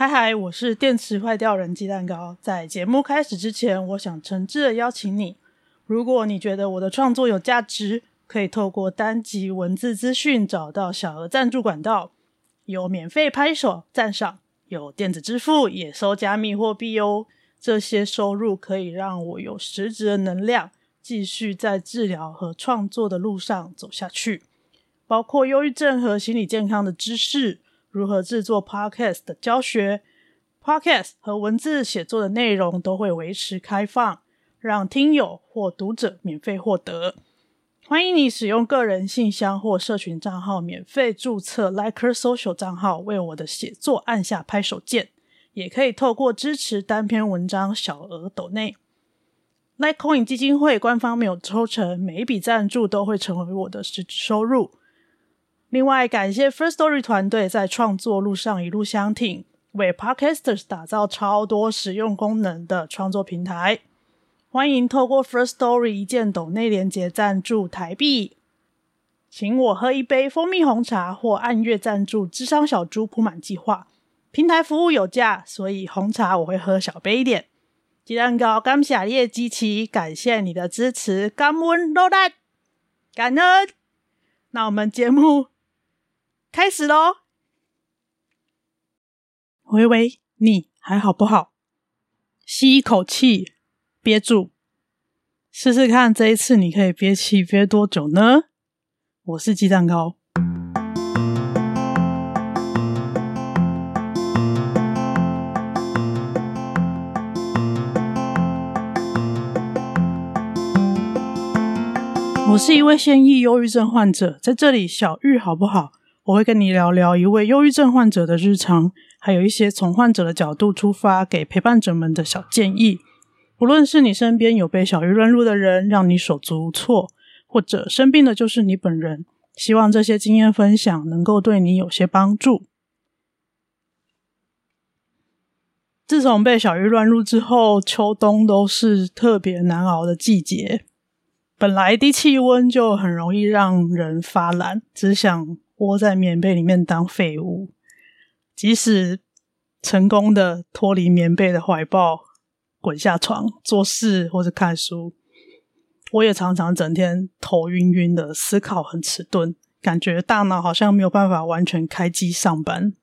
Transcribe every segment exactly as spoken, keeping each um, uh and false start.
嗨嗨，我是电池坏掉人鸡蛋糕。在节目开始之前，我想诚挚的邀请你，如果你觉得我的创作有价值，可以透过单集文字资讯找到小额赞助管道，有免费拍手赞赏，有电子支付，也收加密货币哦。这些收入可以让我有实质的能量，继续在治疗和创作的路上走下去，包括忧郁症和心理健康的知识，如何制作 podcast 的教学， podcast 和文字写作的内容都会维持开放，让听友或读者免费获得。欢迎你使用个人信箱或社群账号免费注册 Liker Social 账号，为我的写作按下拍手键，也可以透过支持单篇文章小额抖内。Litecoin 基金会官方没有抽成，每一笔赞助都会成为我的实质收入。另外感谢 Firstory 团队在创作路上一路相挺，为 Podcasters 打造超多实用功能的创作平台。欢迎透过 Firstory 一键抖内连结赞助台币，请我喝一杯蜂蜜红茶，或按月赞助智商小猪铺满计划。平台服务有价，所以红茶我会喝小杯一点。鸡蛋糕感谢你的支持，感谢你的支持，感恩热烈，感恩。那我们节目开始咯。喂喂，你还好不好？吸一口气，憋住，试试看这一次你可以憋气憋多久呢？我是鸡蛋糕。我是一位现役忧郁症患者，在这里小郁好不好？我会跟你聊聊一位忧郁症患者的日常，还有一些从患者的角度出发给陪伴者们的小建议。不论是你身边有被小郁乱入的人，让你手足无措，或者生病的就是你本人，希望这些经验分享能够对你有些帮助。自从被小郁乱入之后，秋冬都是特别难熬的季节。本来低气温就很容易让人发懒，只想窝在棉被里面当废物。即使成功的脱离棉被的怀抱，滚下床做事或是看书，我也常常整天头晕晕的，思考很迟钝，感觉大脑好像没有办法完全开机上班。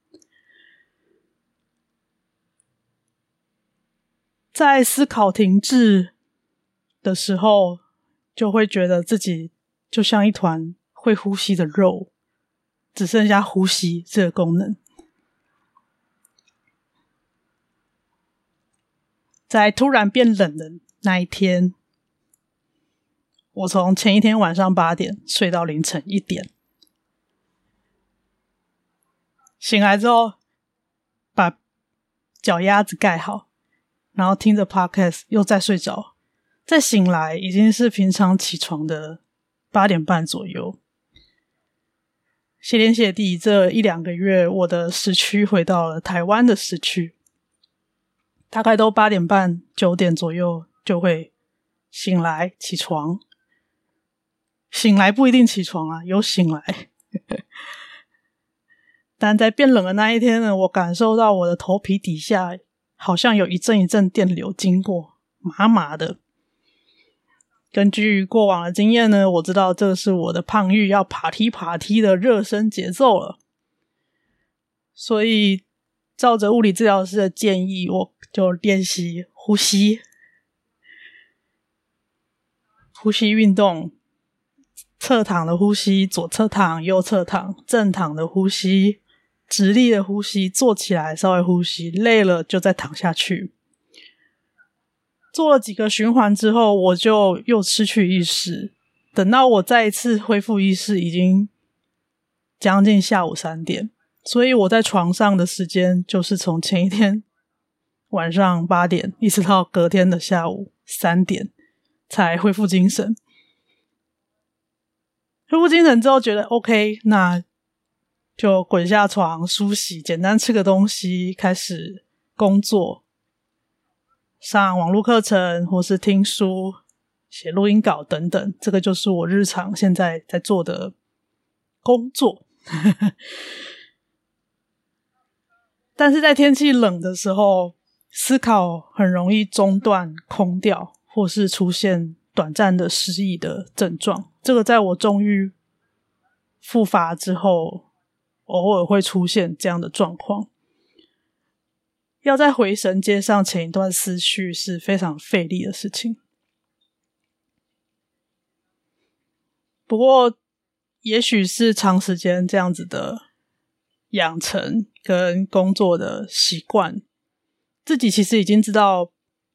在思考停滞的时候，就会觉得自己就像一团会呼吸的肉，只剩下呼吸这个功能。在突然变冷的那一天，我从前一天晚上八点睡到凌晨一点，醒来之后把脚丫子盖好，然后听着 podcast 又再睡着，再醒来已经是平常起床的八点半左右。谢天谢地，这一两个月我的时区回到了台湾的时区，大概都八点半九点左右就会醒来起床。醒来不一定起床啊，有醒来但在变冷的那一天呢，我感受到我的头皮底下好像有一阵一阵电流经过，麻麻的。根据过往的经验呢，我知道这是我的胖玉要爬踢爬踢的热身节奏了，所以照着物理治疗师的建议，我就练习呼吸呼吸运动，侧躺的呼吸，左侧躺右侧躺，正躺的呼吸，直立的呼吸，坐起来稍微呼吸，累了就再躺下去。做了几个循环之后，我就又失去意识，等到我再一次恢复意识已经将近下午三点，所以我在床上的时间就是从前一天晚上八点一直到隔天的下午三点才恢复精神。恢复精神之后觉得 OK， 那就滚下床梳洗，简单吃个东西，开始工作，上网络课程或是听书，写录音稿等等，这个就是我日常现在在做的工作但是在天气冷的时候，思考很容易中断、空掉，或是出现短暂的失忆的症状。这个在我重郁复发之后，偶尔会出现这样的状况。要再回神接上前一段思绪是非常费力的事情。不过也许是长时间这样子的养成跟工作的习惯，自己其实已经知道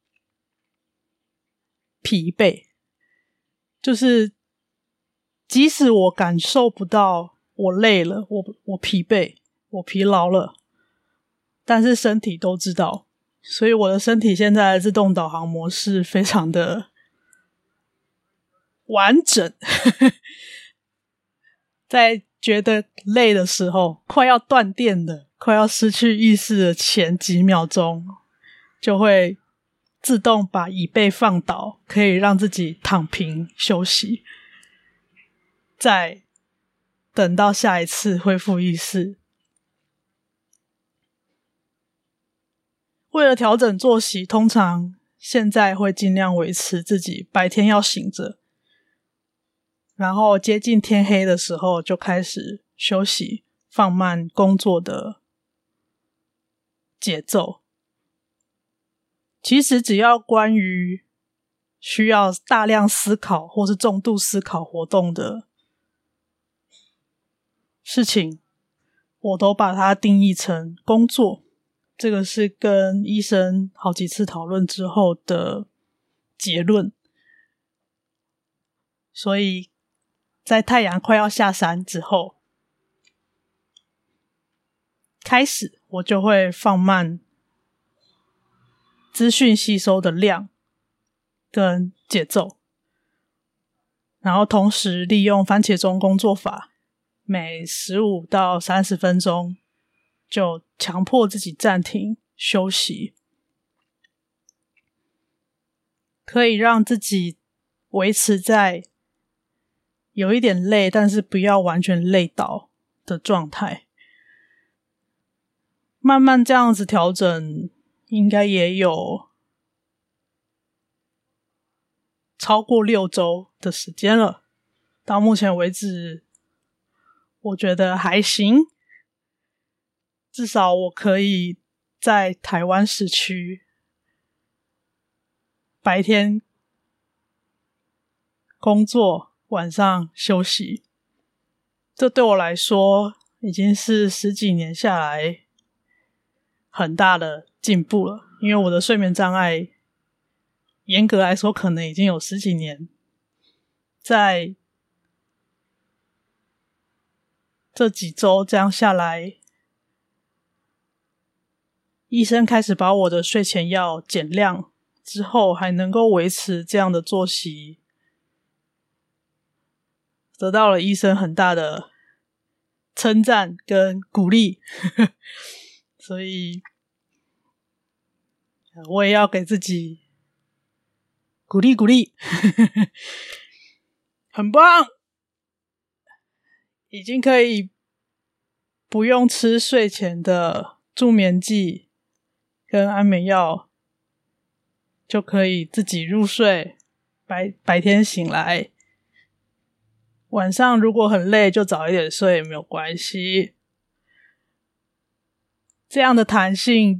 疲惫，就是即使我感受不到我累了，我我疲惫，我疲劳了，但是身体都知道，所以我的身体现在的自动导航模式非常的完整在觉得累的时候，快要断电的，快要失去意识的前几秒钟，就会自动把椅背放倒，可以让自己躺平休息，再等到下一次恢复意识。为了调整作息，通常现在会尽量维持自己白天要醒着，然后接近天黑的时候就开始休息，放慢工作的节奏。其实只要关于需要大量思考或是重度思考活动的事情，我都把它定义成工作。这个是跟医生好几次讨论之后的结论。所以在太阳快要下山之后，开始我就会放慢资讯吸收的量跟节奏，然后同时利用番茄钟工作法，每十五到三十分钟就强迫自己暂停休息，可以让自己维持在有一点累但是不要完全累倒的状态。慢慢这样子调整应该也有超过六周的时间了，到目前为止我觉得还行，至少我可以在台湾市区白天工作，晚上休息。这对我来说已经是十几年下来很大的进步了，因为我的睡眠障碍严格来说可能已经有十几年，在这几周这样下来，医生开始把我的睡前药减量之后，还能够维持这样的作息，得到了医生很大的称赞跟鼓励所以我也要给自己鼓励鼓励很棒，已经可以不用吃睡前的助眠剂跟安眠药，就可以自己入睡，白白天醒来，晚上如果很累就早一点睡也没有关系。这样的弹性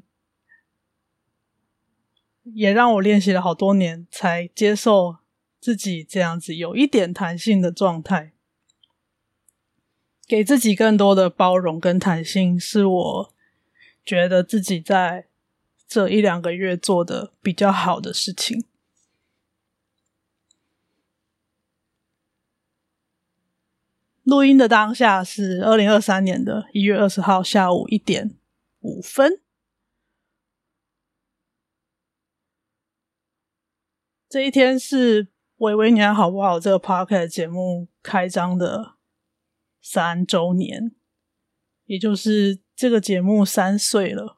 也让我练习了好多年，才接受自己这样子有一点弹性的状态。给自己更多的包容跟弹性，是我觉得自己在这一两个月做的比较好的事情。录音的当下是二零二三年的一月二十号下午一点五分。这一天是维维你还好不好这个 podcast 节目开张的三周年，也就是这个节目三岁了，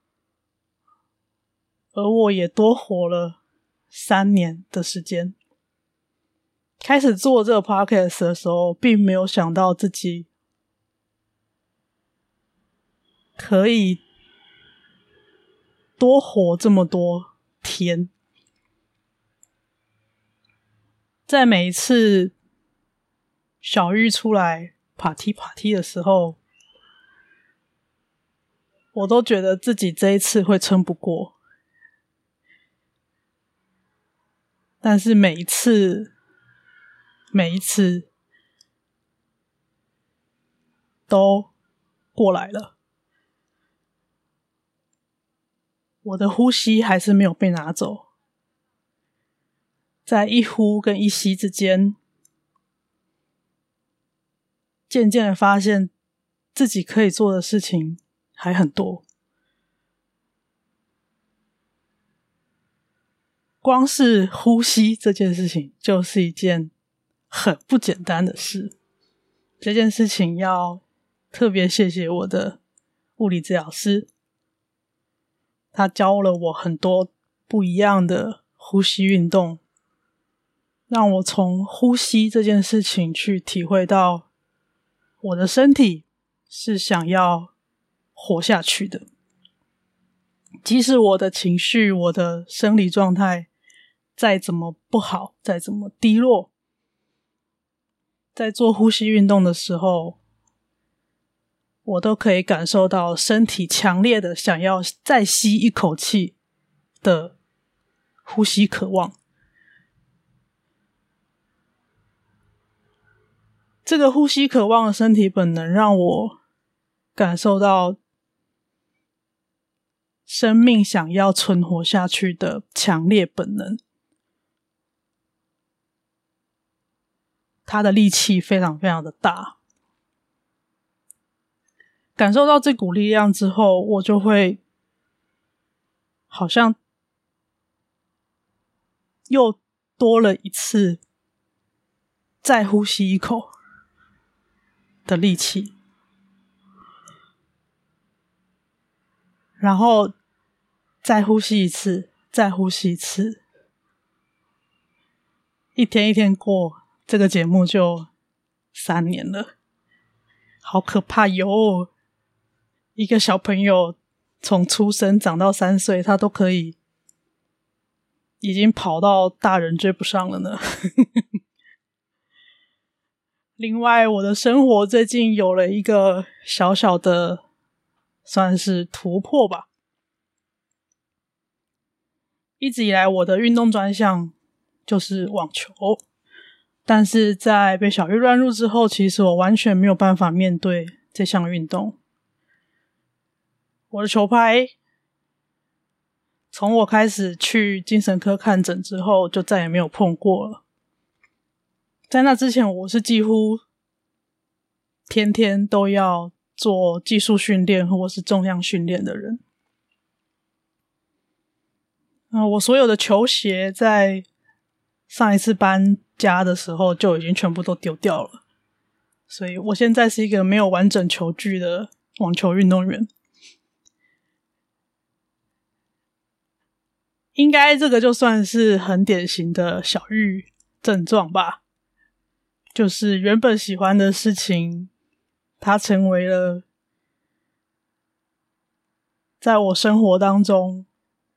而我也多活了三年的时间。开始做这个 podcast 的时候，并没有想到自己可以多活这么多天。在每一次小玉出来爬梯爬梯的时候，我都觉得自己这一次会撑不过，但是每一次每一次都过来了，我的呼吸还是没有被拿走，在一呼跟一吸之间，渐渐的发现自己可以做的事情还很多。光是呼吸这件事情就是一件很不简单的事，这件事情要特别谢谢我的物理治疗师，他教了我很多不一样的呼吸运动，让我从呼吸这件事情去体会到我的身体是想要活下去的，即使我的情绪，我的生理状态再怎么不好，再怎么低落，在做呼吸运动的时候，我都可以感受到身体强烈的想要再吸一口气的呼吸渴望。这个呼吸渴望的身体本能让我感受到生命想要存活下去的强烈本能，它的力气非常非常的大。感受到这股力量之后，我就会好像又多了一次再呼吸一口的力气，然后再呼吸一次，再呼吸一次，一天一天过，这个节目就三年了，好可怕哟！一个小朋友从出生长到三岁，他都可以已经跑到大人追不上了呢。另外，我的生活最近有了一个小小的算是突破吧。一直以来我的运动专项就是网球，但是在被小玉乱入之后，其实我完全没有办法面对这项运动。我的球拍从我开始去精神科看诊之后就再也没有碰过了。在那之前，我是几乎天天都要做技术训练或是重量训练的人。呃，我所有的球鞋在上一次搬家的时候就已经全部都丢掉了，所以我现在是一个没有完整球具的网球运动员。应该这个就算是很典型的小玉症状吧，就是原本喜欢的事情，它成为了在我生活当中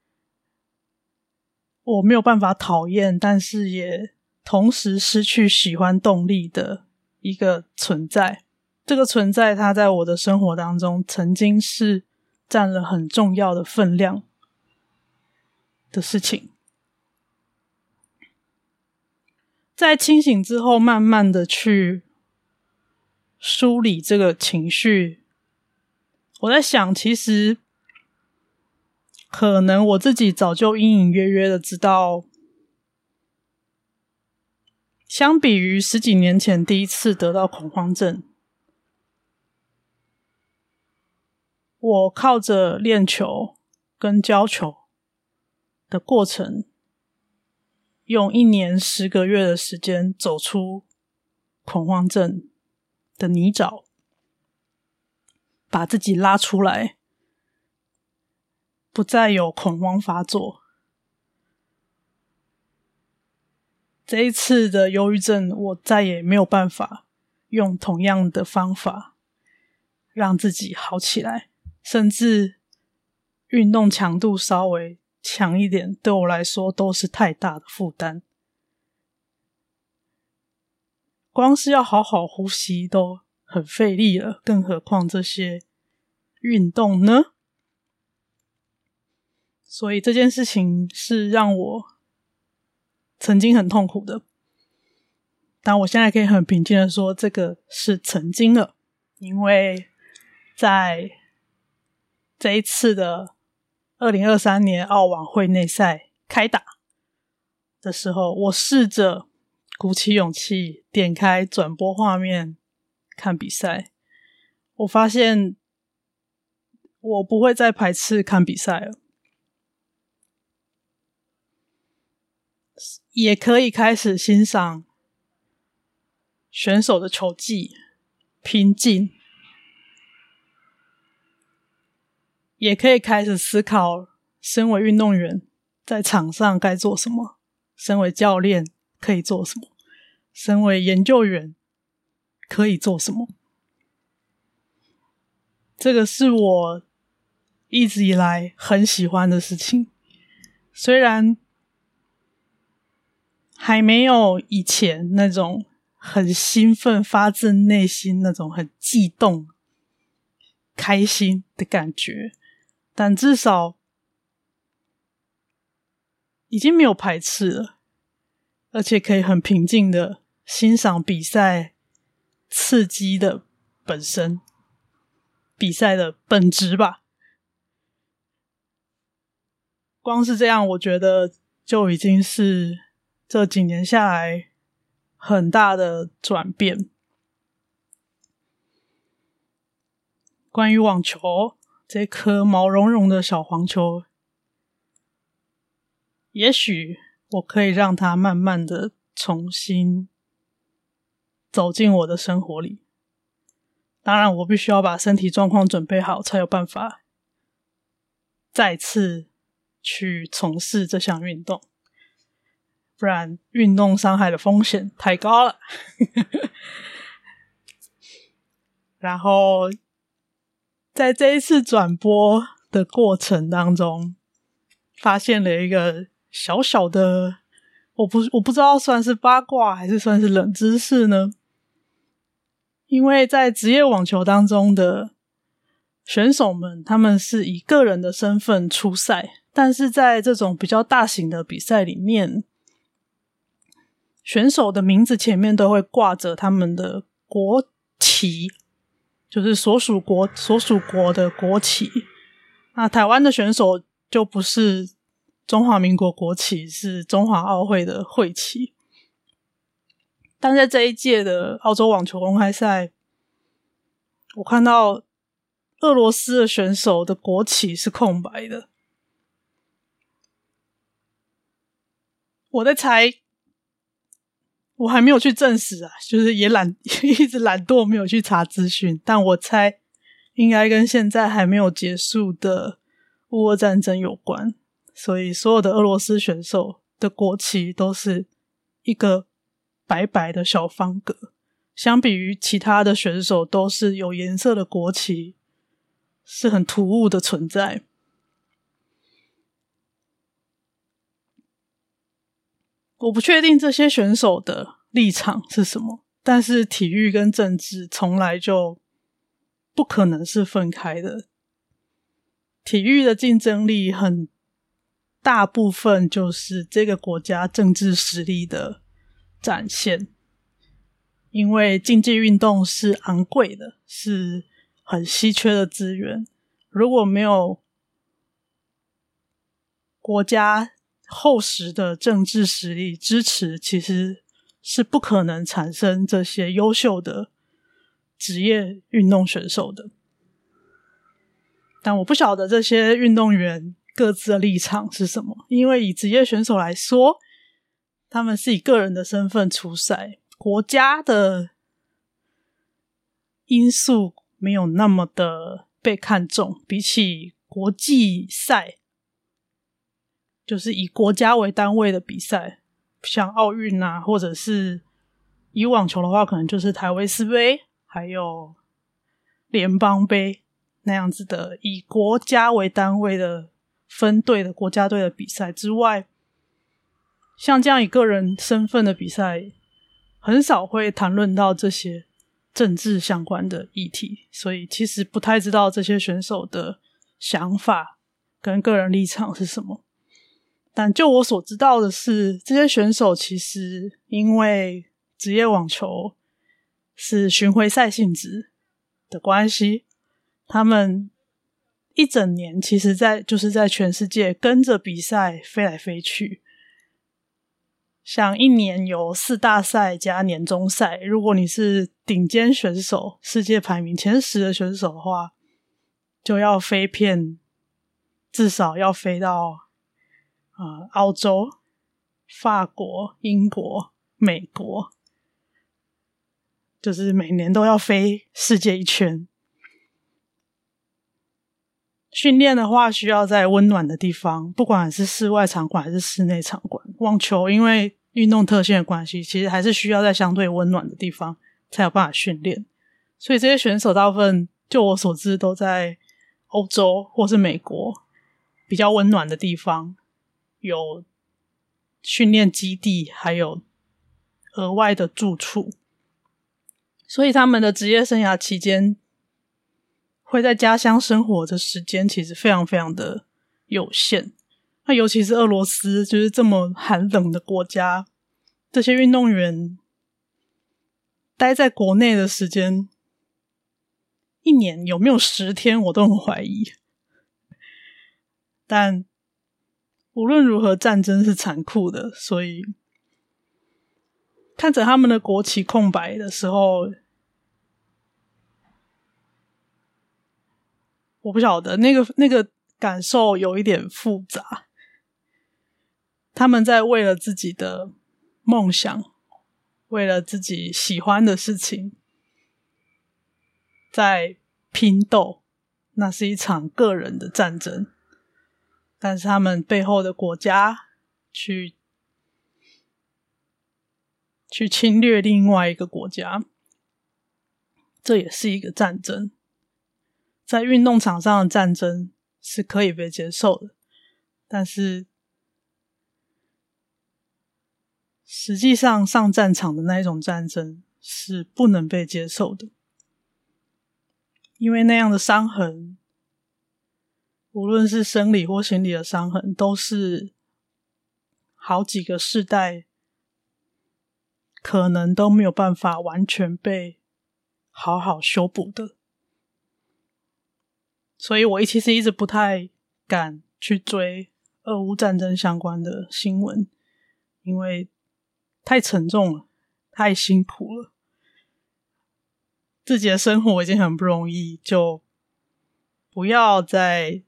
我没有办法讨厌，但是也同时失去喜欢动力的一个存在。这个存在它在我的生活当中曾经是占了很重要的分量的事情。在清醒之后，慢慢的去梳理这个情绪，我在想，其实可能我自己早就隐隐约约的知道，相比于十几年前第一次得到恐慌症，我靠着练球跟教球的过程，用一年十个月的时间走出恐慌症的泥沼，把自己拉出来，不再有恐慌发作。这一次的忧郁症，我再也没有办法用同样的方法让自己好起来，甚至运动强度稍微强一点，对我来说都是太大的负担。光是要好好呼吸都很费力了，更何况这些运动呢？所以这件事情是让我曾经很痛苦的，但我现在可以很平静的说，这个是曾经了。因为在这一次的二零二三年澳网会内赛开打的时候，我试着鼓起勇气点开转播画面看比赛，我发现我不会再排斥看比赛了，也可以开始欣赏选手的球技拼劲，也可以开始思考身为运动员在场上该做什么，身为教练可以做什么，身为研究员可以做什么。这个是我一直以来很喜欢的事情，虽然还没有以前那种很兴奋发自内心那种很悸动开心的感觉，但至少已经没有排斥了，而且可以很平静的欣赏比赛刺激的本身，比赛的本质吧。光是这样，我觉得就已经是这几年下来很大的转变。关于网球这颗毛茸茸的小黄球，也许我可以让它慢慢的重新走进我的生活里。当然我必须要把身体状况准备好，才有办法再次去从事这项运动，不然运动伤害的风险太高了。然后在这一次转播的过程当中，发现了一个小小的，我不我不知道算是八卦还是算是冷知识呢？因为在职业网球当中的选手们，他们是以个人的身份出赛，但是在这种比较大型的比赛里面，选手的名字前面都会挂着他们的国旗，就是所属国所属国的国旗。那台湾的选手就不是中华民国国旗，是中华奥会的会旗。但在这一届的澳洲网球公开赛，我看到俄罗斯的选手的国旗是空白的。我在猜，我还没有去证实啊，就是也懒一直懒惰没有去查资讯，但我猜应该跟现在还没有结束的乌俄战争有关，所以所有的俄罗斯选手的国旗都是一个白白的小方格，相比于其他的选手都是有颜色的国旗，是很突兀的存在。我不确定这些选手的立场是什么，但是体育跟政治从来就不可能是分开的。体育的竞争力很大部分就是这个国家政治实力的展现，因为竞技运动是昂贵的，是很稀缺的资源，如果没有国家厚实的政治实力支持，其实是不可能产生这些优秀的职业运动选手的。但我不晓得这些运动员各自的立场是什么，因为以职业选手来说，他们是以个人的身份出赛，国家的因素没有那么的被看重，比起国际赛，就是以国家为单位的比赛，像奥运啊，或者是以网球的话可能就是台维斯杯还有联邦杯那样子的以国家为单位的分队的国家队的比赛之外，像这样以个人身份的比赛很少会谈论到这些政治相关的议题，所以其实不太知道这些选手的想法跟个人立场是什么。但就我所知道的是，这些选手其实因为职业网球是巡回赛性质的关系，他们一整年其实在就是在全世界跟着比赛飞来飞去，像一年有四大赛加年终赛，如果你是顶尖选手，世界排名前十的选手的话，就要飞遍，至少要飞到呃澳洲、法国、英国、美国，就是每年都要飞世界一圈。训练的话需要在温暖的地方，不管是室外场馆还是室内场馆。网球因为运动特性的关系，其实还是需要在相对温暖的地方才有办法训练。所以这些选手大部分就我所知都在欧洲或是美国比较温暖的地方有训练基地，还有额外的住处，所以他们的职业生涯期间会在家乡生活的时间其实非常非常的有限。那尤其是俄罗斯，就是这么寒冷的国家，这些运动员待在国内的时间一年有没有十天我都很怀疑。但无论如何战争是残酷的，所以看着他们的国旗空白的时候，我不晓得那个那个感受有一点复杂。他们在为了自己的梦想，为了自己喜欢的事情在拼斗，那是一场个人的战争，但是他们背后的国家去去侵略另外一个国家，这也是一个战争。在运动场上的战争是可以被接受的，但是实际上上战场的那一种战争是不能被接受的，因为那样的伤痕，无论是生理或心理的伤痕，都是好几个世代可能都没有办法完全被好好修补的。所以我其实一直不太敢去追俄乌战争相关的新闻，因为太沉重了，太辛苦了，自己的生活已经很不容易，就不要再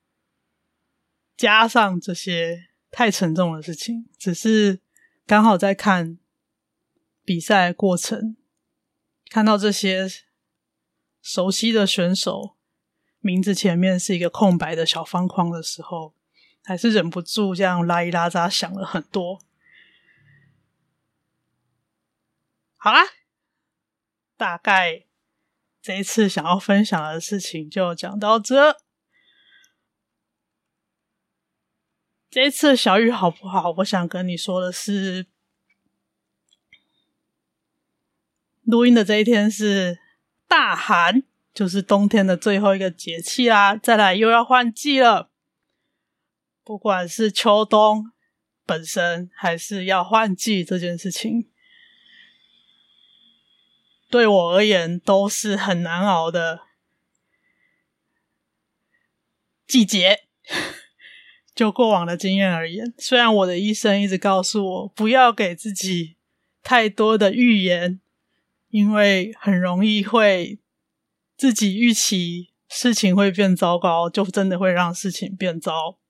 加上这些太沉重的事情。只是刚好在看比赛的过程，看到这些熟悉的选手名字前面是一个空白的小方框的时候，还是忍不住这样拉一拉杂想了很多。好啦，大概这一次想要分享的事情就讲到这。这一次小雨好不好，我想跟你说的是，录音的这一天是大寒，就是冬天的最后一个节气啦，再来又要换季了。不管是秋冬本身还是要换季这件事情，对我而言都是很难熬的季节。就过往的经验而言，虽然我的医生一直告诉我不要给自己太多的预言，因为很容易会自己预期事情会变糟糕，就真的会让事情变糟。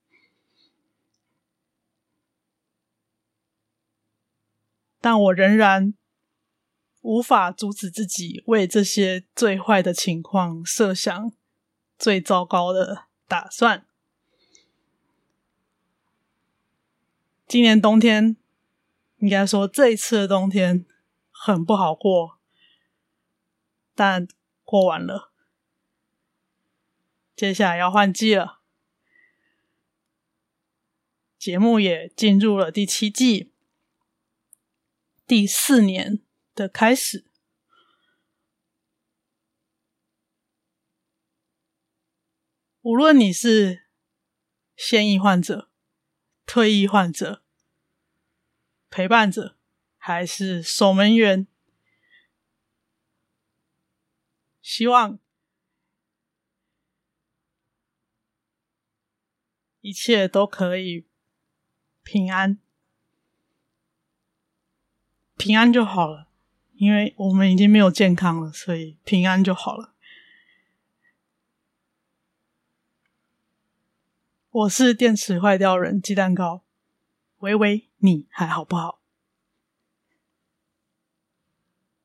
但我仍然无法阻止自己为这些最坏的情况设想最糟糕的打算。今年冬天，应该说这一次的冬天很不好过，但过完了。 接下来要换季了，节目也进入了第七季，第四年的开始。无论你是现役患者、退役患者、陪伴者，还是守门员，希望一切都可以平安，平安就好了，因为我们已经没有健康了，所以平安就好了。我是电池坏掉人鸡蛋糕，喂喂，你还好不好？